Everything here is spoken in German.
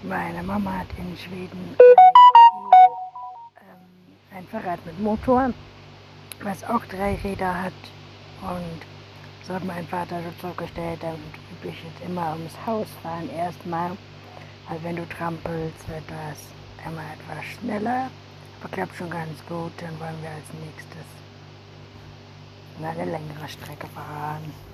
Meine Mama hat in Schweden ein Fahrrad mit Motor, was auch 3 Räder hat. Und so hat mein Vater so zurückgestellt, damit üblich jetzt immer ums Haus fahren erstmal. Weil wenn du trampelst, wird das immer etwas schneller. Aber klappt schon ganz gut. Dann wollen wir als nächstes eine längere Strecke fahren.